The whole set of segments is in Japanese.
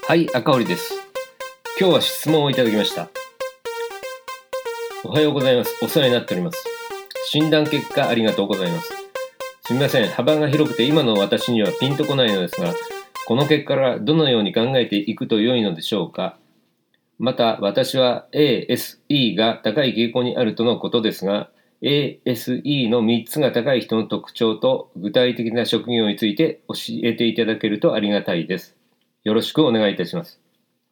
はい、赤堀です。今日は質問をいただきました。おはようございます。お世話になっております。診断結果ありがとうございます。すみません、幅が広くて今の私にはピンとこないのですが、この結果からどのように考えていくと良いのでしょうか。また、私は ASE が高い傾向にあるとのことですが、ASE の3つが高い人の特徴と具体的な職業について教えていただけるとありがたいです。よろしくお願いいたします。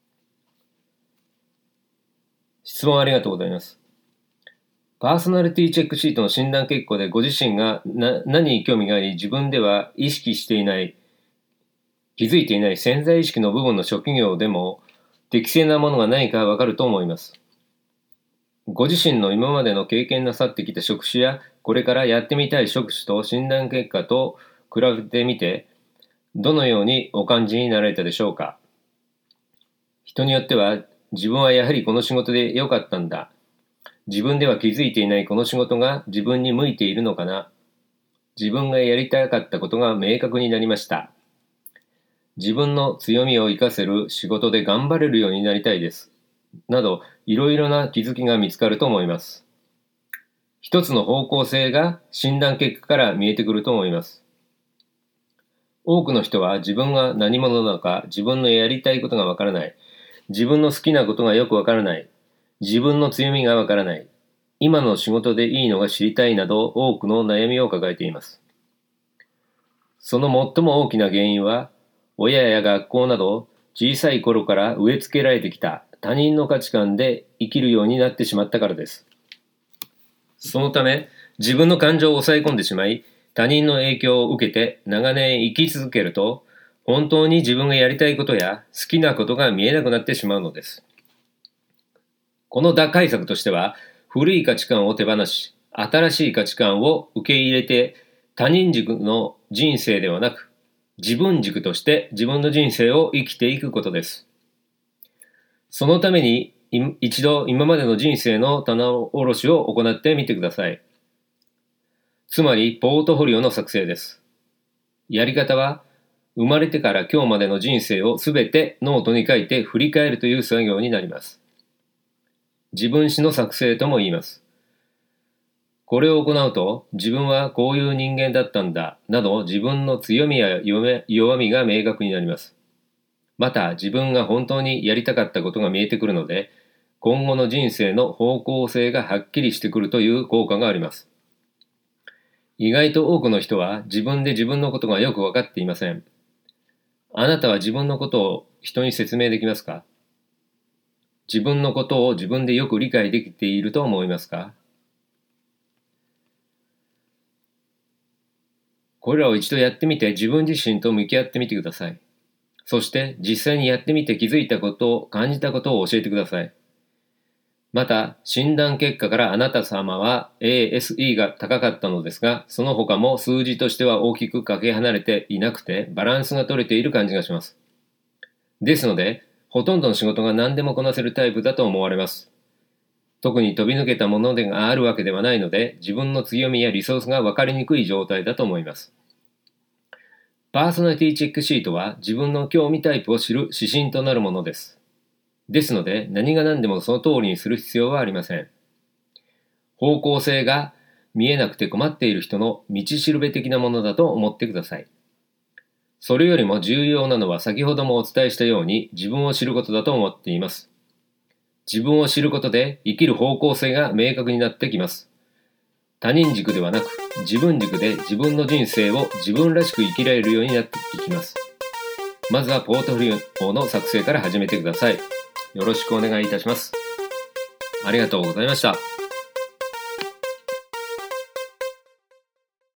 質問ありがとうございます。パーソナリティチェックシートの診断結果でご自身が何に興味があり、自分では意識していない、気づいていない潜在意識の部分の職業でも適正なものがないかわかると思います。ご自身の今までの経験なさってきた職種やこれからやってみたい職種と診断結果と比べてみて、どのようにお感じになられたでしょうか。人によっては、自分はやはりこの仕事で良かったんだ。自分では気づいていないこの仕事が自分に向いているのかな。自分がやりたかったことが明確になりました。自分の強みを活かせる仕事で頑張れるようになりたいです。など、いろいろな気づきが見つかると思います。一つの方向性が診断結果から見えてくると思います。多くの人は自分が何者なのか、自分のやりたいことがわからない、自分の好きなことがよくわからない、自分の強みがわからない、今の仕事でいいのが知りたいなど多くの悩みを抱えています。その最も大きな原因は、親や学校など小さい頃から植え付けられてきた他人の価値観で生きるようになってしまったからです。そのため、自分の感情を抑え込んでしまい、他人の影響を受けて長年生き続けると、本当に自分がやりたいことや好きなことが見えなくなってしまうのです。この打開策としては、古い価値観を手放し、新しい価値観を受け入れて、他人軸の人生ではなく、自分軸として自分の人生を生きていくことです。そのために、一度今までの人生の棚卸しを行ってみてください。つまり、ポートフォリオの作成です。やり方は、生まれてから今日までの人生をすべてノートに書いて振り返るという作業になります。自分史の作成とも言います。これを行うと、自分はこういう人間だったんだ、など自分の強みや弱みが明確になります。また、自分が本当にやりたかったことが見えてくるので、今後の人生の方向性がはっきりしてくるという効果があります。意外と多くの人は自分で自分のことがよくわかっていません。あなたは自分のことを人に説明できますか？自分のことを自分でよく理解できていると思いますか？これらを一度やってみて自分自身と向き合ってみてください。そして実際にやってみて気づいたことを感じたことを教えてください。また、診断結果からあなた様は ASE が高かったのですが、その他も数字としては大きくかけ離れていなくてバランスが取れている感じがします。ですので、ほとんどの仕事が何でもこなせるタイプだと思われます。特に飛び抜けたものがあるわけではないので、自分の強みやリソースが分かりにくい状態だと思います。パーソナリティチェックシートは自分の興味タイプを知る指針となるものです。ですので、何が何でもその通りにする必要はありません。方向性が見えなくて困っている人の道しるべ的なものだと思ってください。それよりも重要なのは先ほどもお伝えしたように自分を知ることだと思っています。自分を知ることで生きる方向性が明確になってきます。他人軸ではなく自分軸で自分の人生を自分らしく生きられるようになっていきます。まずはポートフォリオの作成から始めてください。よろしくお願いいたします。ありがとうございました。